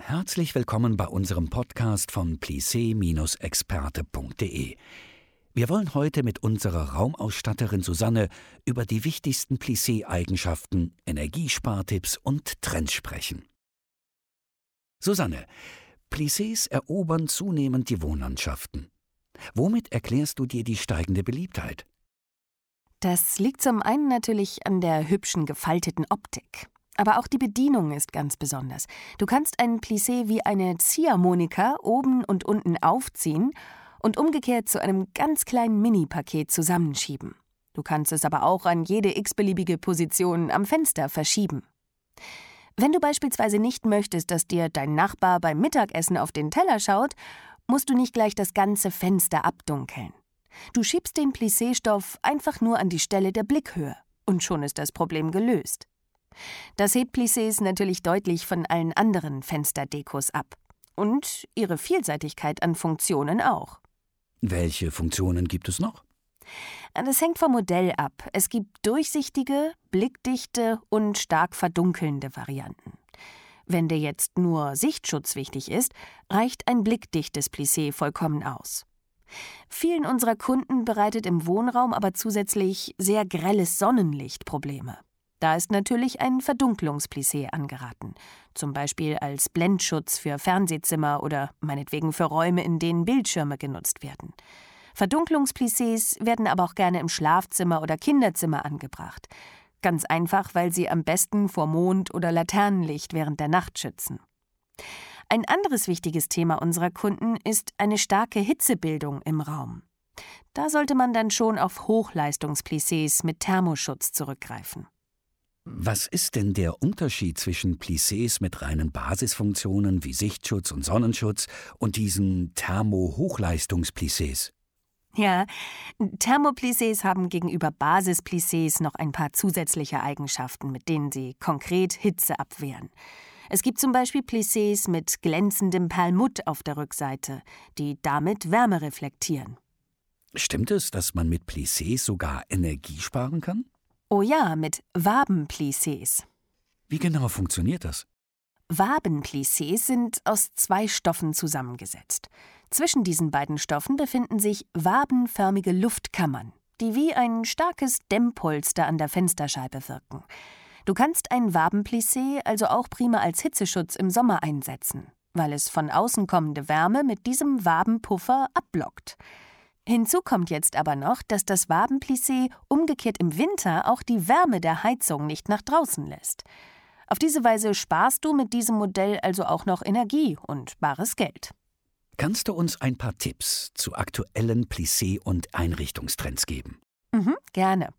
Herzlich willkommen bei unserem Podcast von plissé-experte.de. Wir wollen heute mit unserer Raumausstatterin Susanne über die wichtigsten Plissé-Eigenschaften, Energiespartipps und Trends sprechen. Susanne, Plissés erobern zunehmend die Wohnlandschaften. Womit erklärst du dir die steigende Beliebtheit? Das liegt zum einen natürlich an der hübschen gefalteten Optik. Aber auch die Bedienung ist ganz besonders. Du kannst einen Plissé wie eine Ziehharmonika oben und unten aufziehen und umgekehrt zu einem ganz kleinen Mini-Paket zusammenschieben. Du kannst es aber auch an jede x-beliebige Position am Fenster verschieben. Wenn du beispielsweise nicht möchtest, dass dir dein Nachbar beim Mittagessen auf den Teller schaut, musst du nicht gleich das ganze Fenster abdunkeln. Du schiebst den Plissé-Stoff einfach nur an die Stelle der Blickhöhe und schon ist das Problem gelöst. Das hebt Plissés natürlich deutlich von allen anderen Fensterdekos ab. Und ihre Vielseitigkeit an Funktionen auch. Welche Funktionen gibt es noch? Das hängt vom Modell ab. Es gibt durchsichtige, blickdichte und stark verdunkelnde Varianten. Wenn dir jetzt nur Sichtschutz wichtig ist, reicht ein blickdichtes Plissé vollkommen aus. Vielen unserer Kunden bereitet im Wohnraum aber zusätzlich sehr grelles Sonnenlicht Probleme. Da ist natürlich ein Verdunklungsplissé angeraten, zum Beispiel als Blendschutz für Fernsehzimmer oder meinetwegen für Räume, in denen Bildschirme genutzt werden. Verdunklungsplissés werden aber auch gerne im Schlafzimmer oder Kinderzimmer angebracht. Ganz einfach, weil sie am besten vor Mond- oder Laternenlicht während der Nacht schützen. Ein anderes wichtiges Thema unserer Kunden ist eine starke Hitzebildung im Raum. Da sollte man dann schon auf Hochleistungsplissés mit Thermoschutz zurückgreifen. Was ist denn der Unterschied zwischen Plissés mit reinen Basisfunktionen wie Sichtschutz und Sonnenschutz und diesen Thermo-Hochleistungs-Plissés? Ja, Thermoplissés haben gegenüber Basisplissés noch ein paar zusätzliche Eigenschaften, mit denen sie konkret Hitze abwehren. Es gibt zum Beispiel Plissés mit glänzendem Perlmutt auf der Rückseite, die damit Wärme reflektieren. Stimmt es, dass man mit Plissés sogar Energie sparen kann? Oh ja, mit Wabenplissés. Wie genau funktioniert das? Wabenplissés sind aus 2 Stoffen zusammengesetzt. Zwischen diesen beiden Stoffen befinden sich wabenförmige Luftkammern, die wie ein starkes Dämmpolster an der Fensterscheibe wirken. Du kannst ein Wabenplissé also auch prima als Hitzeschutz im Sommer einsetzen, weil es von außen kommende Wärme mit diesem Wabenpuffer abblockt. Hinzu kommt jetzt aber noch, dass das Wabenplissé umgekehrt im Winter auch die Wärme der Heizung nicht nach draußen lässt. Auf diese Weise sparst du mit diesem Modell also auch noch Energie und bares Geld. Kannst du uns ein paar Tipps zu aktuellen Plissé- und Einrichtungstrends geben? Gerne.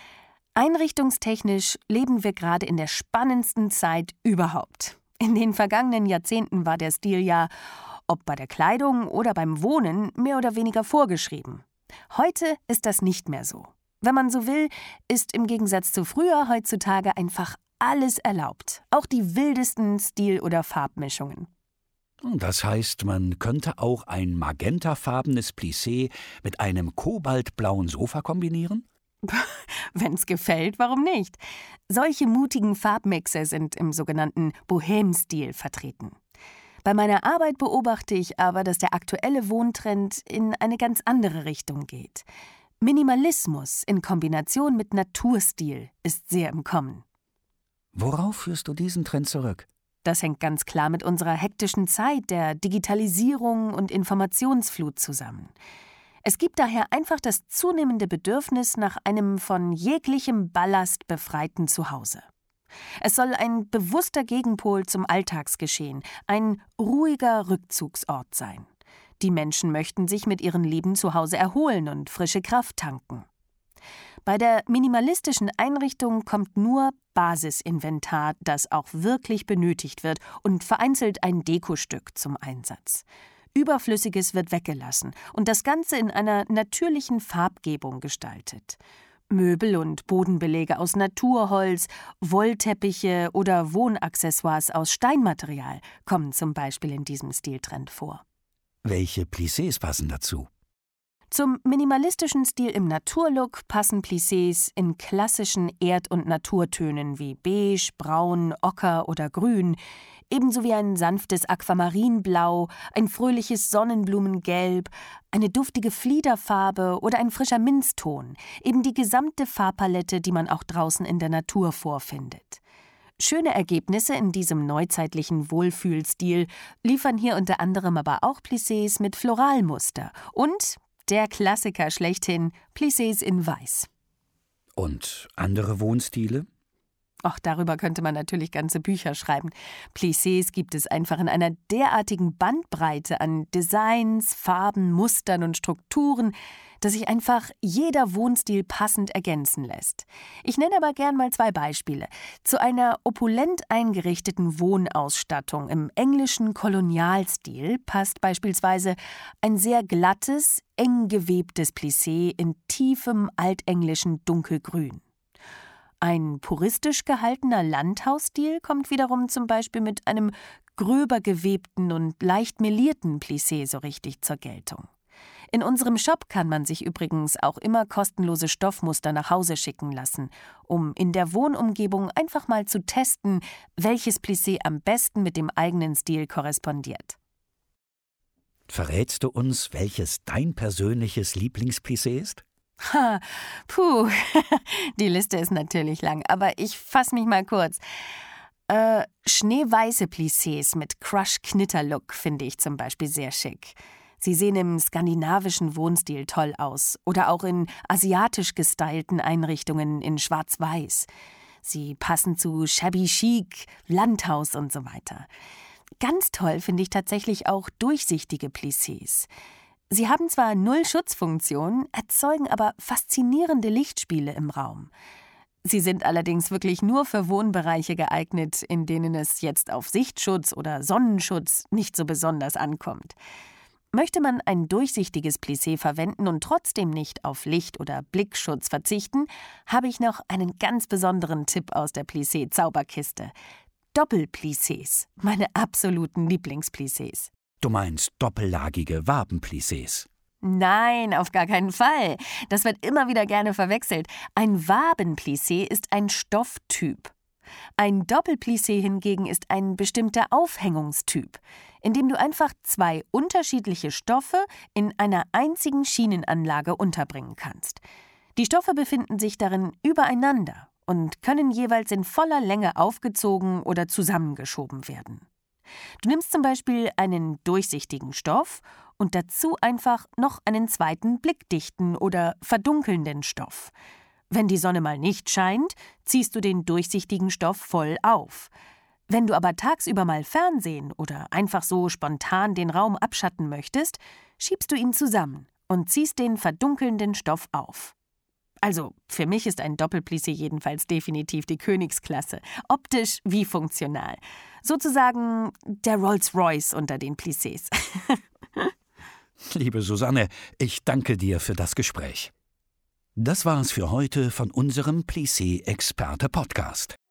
Einrichtungstechnisch leben wir gerade in der spannendsten Zeit überhaupt. In den vergangenen Jahrzehnten war der Stil ja, ob bei der Kleidung oder beim Wohnen, mehr oder weniger vorgeschrieben. Heute ist das nicht mehr so. Wenn man so will, ist im Gegensatz zu früher heutzutage einfach alles erlaubt. Auch die wildesten Stil- oder Farbmischungen. Das heißt, man könnte auch ein magentafarbenes Plissé mit einem kobaltblauen Sofa kombinieren? Wenn's gefällt, warum nicht? Solche mutigen Farbmixe sind im sogenannten Bohème-Stil vertreten. Bei meiner Arbeit beobachte ich aber, dass der aktuelle Wohntrend in eine ganz andere Richtung geht. Minimalismus in Kombination mit Naturstil ist sehr im Kommen. Worauf führst du diesen Trend zurück? Das hängt ganz klar mit unserer hektischen Zeit der Digitalisierung und Informationsflut zusammen. Es gibt daher einfach das zunehmende Bedürfnis nach einem von jeglichem Ballast befreiten Zuhause. Es soll ein bewusster Gegenpol zum Alltagsgeschehen, ein ruhiger Rückzugsort sein. Die Menschen möchten sich mit ihren Lieben zu Hause erholen und frische Kraft tanken. Bei der minimalistischen Einrichtung kommt nur Basisinventar, das auch wirklich benötigt wird, und vereinzelt ein Dekostück zum Einsatz. Überflüssiges wird weggelassen und das Ganze in einer natürlichen Farbgebung gestaltet. Möbel und Bodenbelege aus Naturholz, Wollteppiche oder Wohnaccessoires aus Steinmaterial kommen zum Beispiel in diesem Stiltrend vor. Welche Plissés passen dazu? Zum minimalistischen Stil im Naturlook passen Plissés in klassischen Erd- und Naturtönen wie beige, braun, ocker oder grün, ebenso wie ein sanftes Aquamarinblau, ein fröhliches Sonnenblumengelb, eine duftige Fliederfarbe oder ein frischer Minzton, eben die gesamte Farbpalette, die man auch draußen in der Natur vorfindet. Schöne Ergebnisse in diesem neuzeitlichen Wohlfühlstil liefern hier unter anderem aber auch Plissés mit Floralmuster und der Klassiker schlechthin, Plissés in Weiß. Und andere Wohnstile? Auch darüber könnte man natürlich ganze Bücher schreiben. Plissés gibt es einfach in einer derartigen Bandbreite an Designs, Farben, Mustern und Strukturen, dass sich einfach jeder Wohnstil passend ergänzen lässt. Ich nenne aber gern mal 2 Beispiele. Zu einer opulent eingerichteten Wohnausstattung im englischen Kolonialstil passt beispielsweise ein sehr glattes, eng gewebtes Plissé in tiefem altenglischen Dunkelgrün. Ein puristisch gehaltener Landhausstil kommt wiederum zum Beispiel mit einem gröber gewebten und leicht melierten Plissé so richtig zur Geltung. In unserem Shop kann man sich übrigens auch immer kostenlose Stoffmuster nach Hause schicken lassen, um in der Wohnumgebung einfach mal zu testen, welches Plissé am besten mit dem eigenen Stil korrespondiert. Verrätst du uns, welches dein persönliches Lieblingsplissé ist? Die Liste ist natürlich lang, aber ich fasse mich mal kurz. Schneeweiße Plissés mit Crush-Knitter-Look finde ich zum Beispiel sehr schick. Sie sehen im skandinavischen Wohnstil toll aus oder auch in asiatisch gestylten Einrichtungen in Schwarz-Weiß. Sie passen zu Shabby Chic, Landhaus und so weiter. Ganz toll finde ich tatsächlich auch durchsichtige Plissés. Sie haben zwar 0 Schutzfunktion, erzeugen aber faszinierende Lichtspiele im Raum. Sie sind allerdings wirklich nur für Wohnbereiche geeignet, in denen es jetzt auf Sichtschutz oder Sonnenschutz nicht so besonders ankommt. Möchte man ein durchsichtiges Plissé verwenden und trotzdem nicht auf Licht- oder Blickschutz verzichten, habe ich noch einen ganz besonderen Tipp aus der Plissé-Zauberkiste. Doppelplissés, meine absoluten Lieblingsplissés. Du meinst doppellagige Wabenplissés? Nein, auf gar keinen Fall. Das wird immer wieder gerne verwechselt. Ein Wabenplissé ist ein Stofftyp. Ein Doppelplissé hingegen ist ein bestimmter Aufhängungstyp, in dem du einfach 2 unterschiedliche Stoffe in einer einzigen Schienenanlage unterbringen kannst. Die Stoffe befinden sich darin übereinander und können jeweils in voller Länge aufgezogen oder zusammengeschoben werden. Du nimmst zum Beispiel einen durchsichtigen Stoff und dazu einfach noch einen zweiten blickdichten oder verdunkelnden Stoff. Wenn die Sonne mal nicht scheint, ziehst du den durchsichtigen Stoff voll auf. Wenn du aber tagsüber mal Fernsehen oder einfach so spontan den Raum abschatten möchtest, schiebst du ihn zusammen und ziehst den verdunkelnden Stoff auf. Also, für mich ist ein Doppelplissé jedenfalls definitiv die Königsklasse, optisch wie funktional. Sozusagen der Rolls-Royce unter den Plissés. Liebe Susanne, ich danke dir für das Gespräch. Das war's für heute von unserem Plissé-Experte-Podcast.